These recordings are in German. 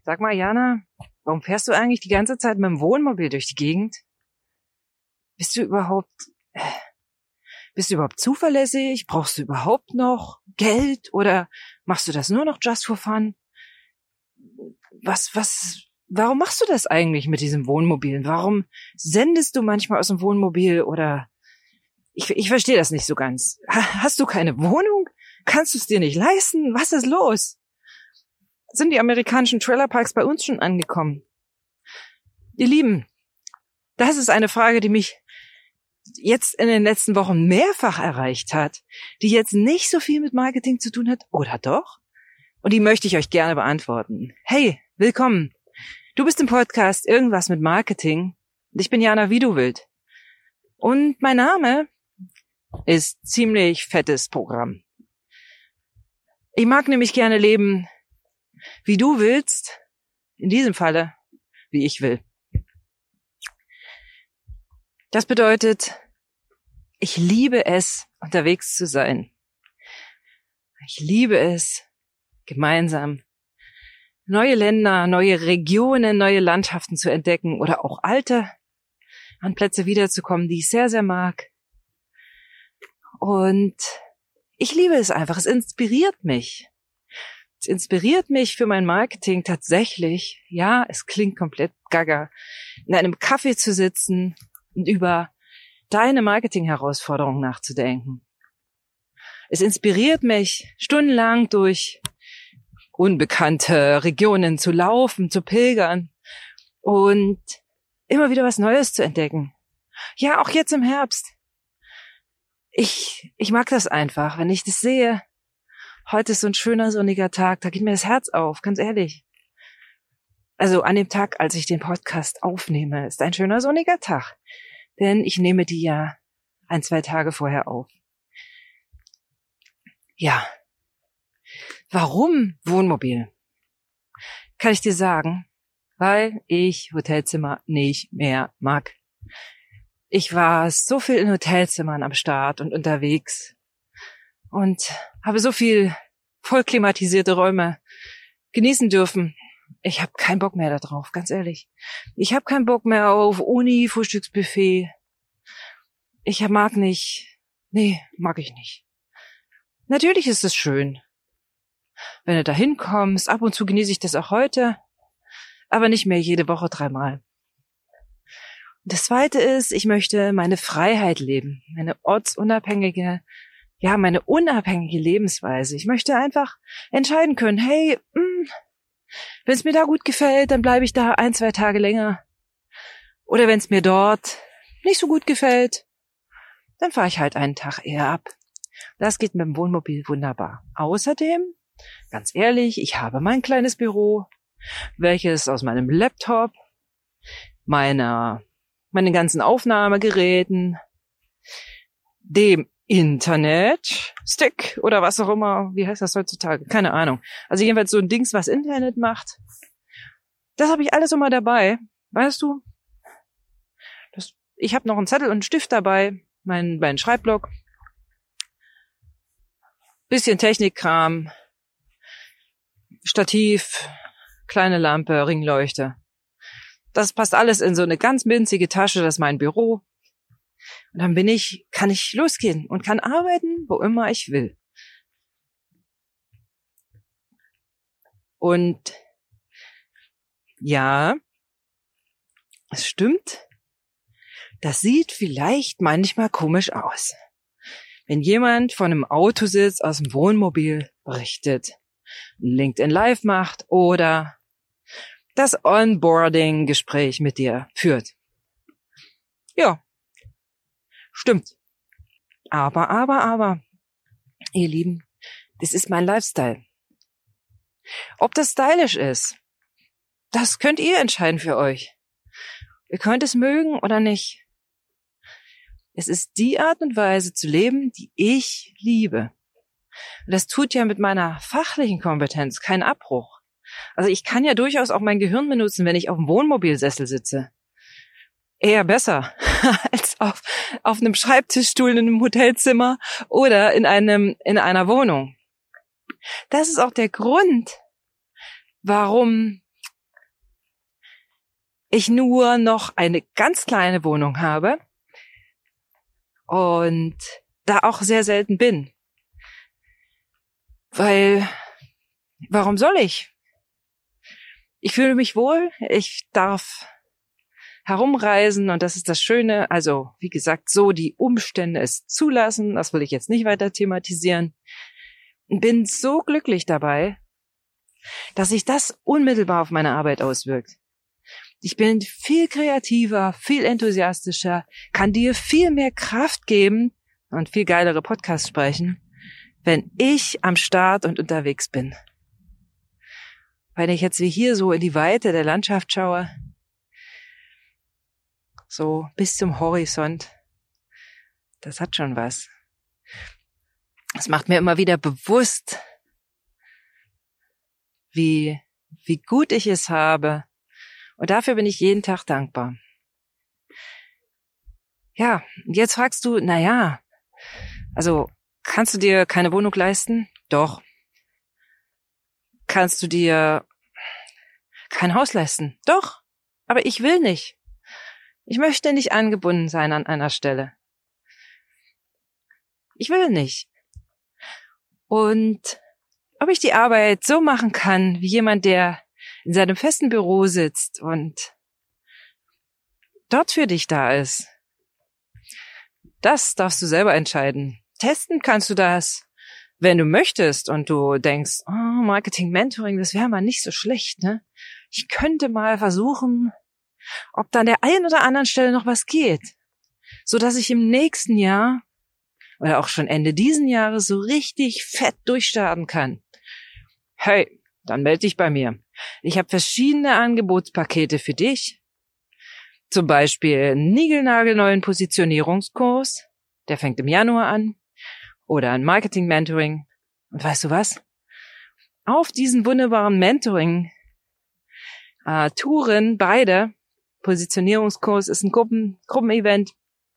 Sag mal, Jana, warum fährst du eigentlich die ganze Zeit mit dem Wohnmobil durch die Gegend? Bist du überhaupt zuverlässig? Brauchst du überhaupt noch Geld? Oder machst du das nur noch just for fun? Warum machst du das eigentlich mit diesem Wohnmobil? Warum sendest du manchmal aus dem Wohnmobil? Oder ich verstehe das nicht so ganz. Hast du keine Wohnung? Kannst du es dir nicht leisten? Was ist los? Sind die amerikanischen Trailerparks bei uns schon angekommen? Ihr Lieben, das ist eine Frage, die mich jetzt in den letzten Wochen mehrfach erreicht hat, die jetzt nicht so viel mit Marketing zu tun hat, oder doch? Und die möchte ich euch gerne beantworten. Hey, willkommen. Du bist im Podcast Irgendwas mit Marketing und ich bin Jana Wieduwild. Und mein Name ist ziemlich fettes Programm. Ich mag nämlich gerne leben, wie du willst, in diesem Falle, wie ich will. Das bedeutet, ich liebe es, unterwegs zu sein. Ich liebe es, gemeinsam neue Länder, neue Regionen, neue Landschaften zu entdecken oder auch alte, an Plätze wiederzukommen, die ich sehr, sehr mag. Und ich liebe es einfach, es inspiriert mich. Es inspiriert mich für mein Marketing tatsächlich, ja, es klingt komplett gaga, in einem Café zu sitzen und über deine Marketing-Herausforderungen nachzudenken. Es inspiriert mich, stundenlang durch unbekannte Regionen zu laufen, zu pilgern und immer wieder was Neues zu entdecken. Ja, auch jetzt im Herbst. Ich mag das einfach, wenn ich das sehe. Heute ist so ein schöner sonniger Tag, da geht mir das Herz auf, ganz ehrlich. Also an dem Tag, als ich den Podcast aufnehme, ist ein schöner sonniger Tag. Denn ich nehme die ja 1-2 Tage vorher auf. Ja. Warum Wohnmobil? Kann ich dir sagen, weil ich Hotelzimmer nicht mehr mag. Ich war so viel in Hotelzimmern am Start und unterwegs und habe so viel vollklimatisierte Räume genießen dürfen. Ich habe keinen Bock mehr darauf, ganz ehrlich. Ich habe keinen Bock mehr auf Uni, Frühstücksbuffet. Mag ich nicht. Natürlich ist es schön, wenn du da hinkommst. Ab und zu genieße ich das auch heute, aber nicht mehr jede Woche 3-mal. Das Zweite ist, ich möchte meine Freiheit leben, meine ortsunabhängige, meine unabhängige Lebensweise. Ich möchte einfach entscheiden können, hey, wenn es mir da gut gefällt, dann bleibe ich da 1-2 Tage länger. Oder wenn es mir dort nicht so gut gefällt, dann fahre ich halt einen Tag eher ab. Das geht mit dem Wohnmobil wunderbar. Außerdem, ganz ehrlich, ich habe mein kleines Büro, welches aus meinem Laptop, meinen ganzen Aufnahmegeräten, dem Internet-Stick oder was auch immer, wie heißt das heutzutage? Keine Ahnung. Also jedenfalls so ein Dings, was Internet macht. Das habe ich alles immer dabei. Weißt du? Ich habe noch einen Zettel und einen Stift dabei, meinen Schreibblock. Bisschen Technikkram, Stativ, kleine Lampe, Ringleuchte. Das passt alles in so eine ganz winzige Tasche, das ist mein Büro. Und dann kann ich losgehen und kann arbeiten, wo immer ich will. Und ja, es stimmt, das sieht vielleicht manchmal komisch aus. Wenn jemand von einem Autositz aus dem Wohnmobil berichtet, ein LinkedIn Live macht oder das Onboarding-Gespräch mit dir führt. Ja, stimmt. Aber, ihr Lieben, das ist mein Lifestyle. Ob das stylisch ist, das könnt ihr entscheiden für euch. Ihr könnt es mögen oder nicht. Es ist die Art und Weise zu leben, die ich liebe. Und das tut ja mit meiner fachlichen Kompetenz keinen Abbruch. Also ich kann ja durchaus auch mein Gehirn benutzen, wenn ich auf dem Wohnmobilsessel sitze. Eher besser als auf einem Schreibtischstuhl in einem Hotelzimmer oder in einer Wohnung. Das ist auch der Grund, warum ich nur noch eine ganz kleine Wohnung habe und da auch sehr selten bin. Weil, warum soll ich? Ich fühle mich wohl, ich darf herumreisen und das ist das Schöne. Also, wie gesagt, so die Umstände es zulassen, das will ich jetzt nicht weiter thematisieren. Bin so glücklich dabei, dass sich das unmittelbar auf meine Arbeit auswirkt. Ich bin viel kreativer, viel enthusiastischer, kann dir viel mehr Kraft geben und viel geilere Podcasts sprechen, wenn ich am Start und unterwegs bin. Wenn ich jetzt wie hier so in die Weite der Landschaft schaue, so bis zum Horizont, das hat schon was. Es macht mir immer wieder bewusst, wie gut ich es habe. Und dafür bin ich jeden Tag dankbar. Ja, jetzt fragst du, also kannst du dir keine Wohnung leisten? Doch. Kannst du dir kein Haus leisten? Doch. Aber ich will nicht. Ich möchte nicht angebunden sein an einer Stelle. Ich will nicht. Und ob ich die Arbeit so machen kann, wie jemand, der in seinem festen Büro sitzt und dort für dich da ist, das darfst du selber entscheiden. Testen kannst du das, wenn du möchtest und du denkst, Marketing, Mentoring, das wäre mal nicht so schlecht, ne? Ich könnte mal versuchen, ob da an der einen oder anderen Stelle noch was geht, so dass ich im nächsten Jahr oder auch schon Ende diesen Jahres so richtig fett durchstarten kann. Hey, dann melde dich bei mir. Ich habe verschiedene Angebotspakete für dich. Zum Beispiel einen niegelnagelneuen Positionierungskurs, der fängt im Januar an. Oder ein Marketing-Mentoring. Und weißt du was? Auf diesen wunderbaren Mentoring-Touren, beide, Positionierungskurs ist ein Gruppenevent.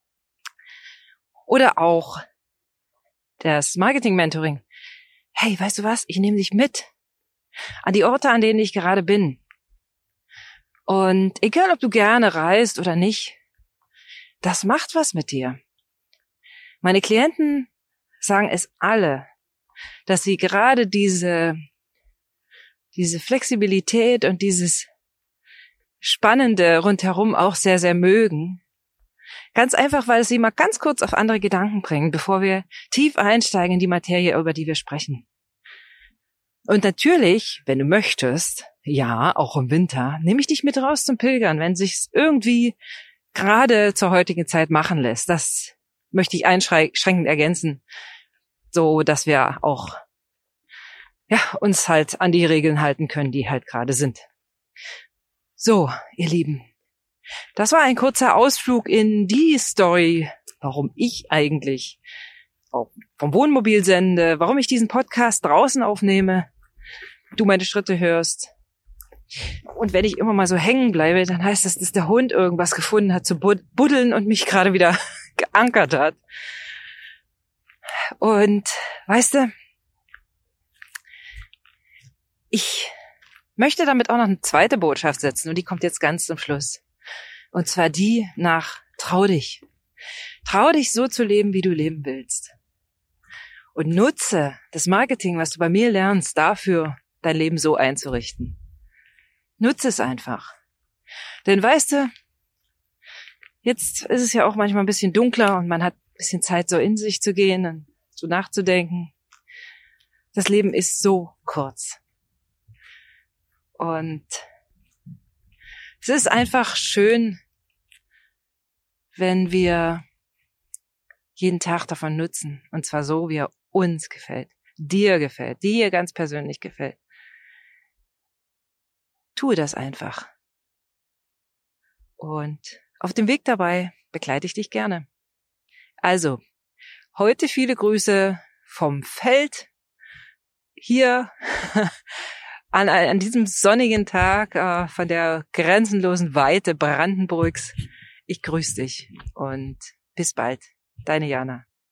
Oder auch das Marketing-Mentoring. Hey, weißt du was? Ich nehme dich mit an die Orte, an denen ich gerade bin. Und egal, ob du gerne reist oder nicht, das macht was mit dir. Meine Klienten sagen es alle, dass sie gerade diese Flexibilität und dieses Spannende rundherum auch sehr, sehr mögen. Ganz einfach, weil es sie mal ganz kurz auf andere Gedanken bringt, bevor wir tief einsteigen in die Materie, über die wir sprechen. Und natürlich, wenn du möchtest, ja, auch im Winter, nehme ich dich mit raus zum Pilgern, wenn sich's irgendwie gerade zur heutigen Zeit machen lässt. Das möchte ich einschränkend ergänzen, so dass wir auch uns halt an die Regeln halten können, die halt gerade sind. So, ihr Lieben, das war ein kurzer Ausflug in die Story, warum ich eigentlich auch vom Wohnmobil sende, warum ich diesen Podcast draußen aufnehme, du meine Schritte hörst. Und wenn ich immer mal so hängen bleibe, dann heißt das, dass der Hund irgendwas gefunden hat zu buddeln und mich gerade wieder geankert hat. Und weißt du, ich möchte damit auch noch eine zweite Botschaft setzen und die kommt jetzt ganz zum Schluss. Und zwar die nach trau dich. Trau dich so zu leben, wie du leben willst. Und nutze das Marketing, was du bei mir lernst, dafür dein Leben so einzurichten. Nutze es einfach. Denn weißt du, jetzt ist es ja auch manchmal ein bisschen dunkler und man hat ein bisschen Zeit, so in sich zu gehen und so nachzudenken. Das Leben ist so kurz. Und es ist einfach schön, wenn wir jeden Tag davon nutzen. Und zwar so, wie er uns gefällt, dir ganz persönlich gefällt. Tue das einfach. Und auf dem Weg dabei begleite ich dich gerne. Also, heute viele Grüße vom Feld hier an diesem sonnigen Tag von der grenzenlosen Weite Brandenburgs. Ich grüße dich und bis bald. Deine Jana.